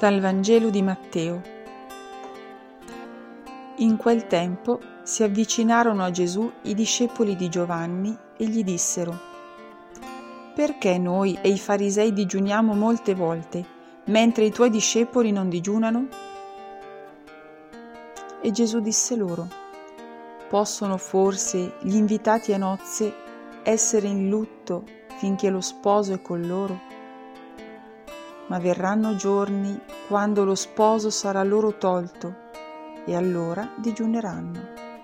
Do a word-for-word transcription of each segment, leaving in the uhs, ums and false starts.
Dal Vangelo di Matteo. In quel tempo si avvicinarono a Gesù i discepoli di Giovanni e gli dissero: «Perché noi e i farisei digiuniamo molte volte, mentre i tuoi discepoli non digiunano?» E Gesù disse loro: «Possono forse gli invitati a nozze essere in lutto finché lo sposo è con loro? Ma verranno giorni quando lo sposo sarà loro tolto, e allora digiuneranno».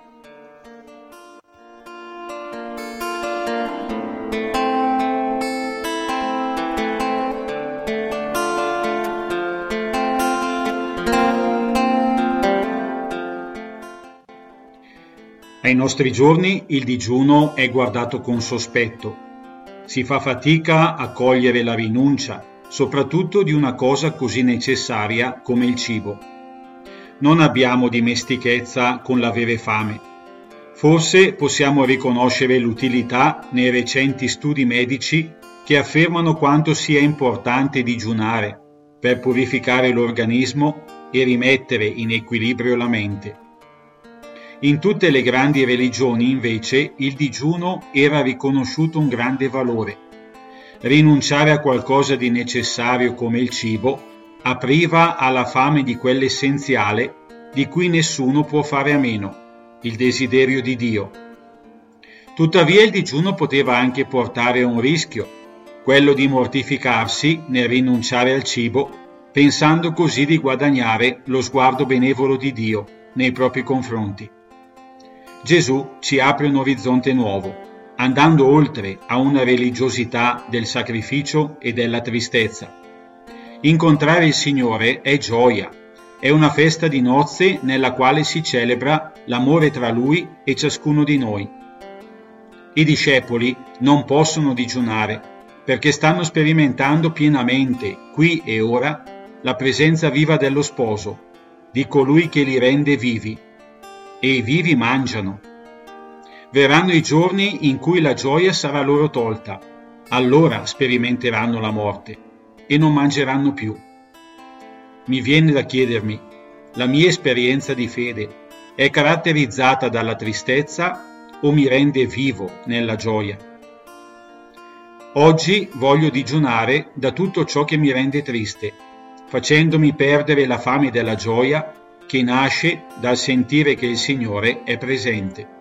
Ai nostri giorni il digiuno è guardato con sospetto. Si fa fatica a cogliere la rinuncia, soprattutto di una cosa così necessaria come il cibo. Non abbiamo dimestichezza con l'avere fame. Forse possiamo riconoscere l'utilità nei recenti studi medici che affermano quanto sia importante digiunare per purificare l'organismo e rimettere in equilibrio la mente. In tutte le grandi religioni, invece, il digiuno era riconosciuto un grande valore. Rinunciare a qualcosa di necessario come il cibo apriva alla fame di quell'essenziale di cui nessuno può fare a meno, il desiderio di Dio. Tuttavia il digiuno poteva anche portare a un rischio, quello di mortificarsi nel rinunciare al cibo, pensando così di guadagnare lo sguardo benevolo di Dio nei propri confronti. Gesù ci apre un orizzonte nuovo, andando oltre a una religiosità del sacrificio e della tristezza. Incontrare il Signore è gioia, è una festa di nozze nella quale si celebra l'amore tra Lui e ciascuno di noi. I discepoli non possono digiunare perché stanno sperimentando pienamente, qui e ora, la presenza viva dello Sposo, di colui che li rende vivi, e i vivi mangiano. Verranno i giorni in cui la gioia sarà loro tolta, allora sperimenteranno la morte e non mangeranno più. Mi viene da chiedermi, la mia esperienza di fede è caratterizzata dalla tristezza o mi rende vivo nella gioia? Oggi voglio digiunare da tutto ciò che mi rende triste, facendomi perdere la fame della gioia che nasce dal sentire che il Signore è presente.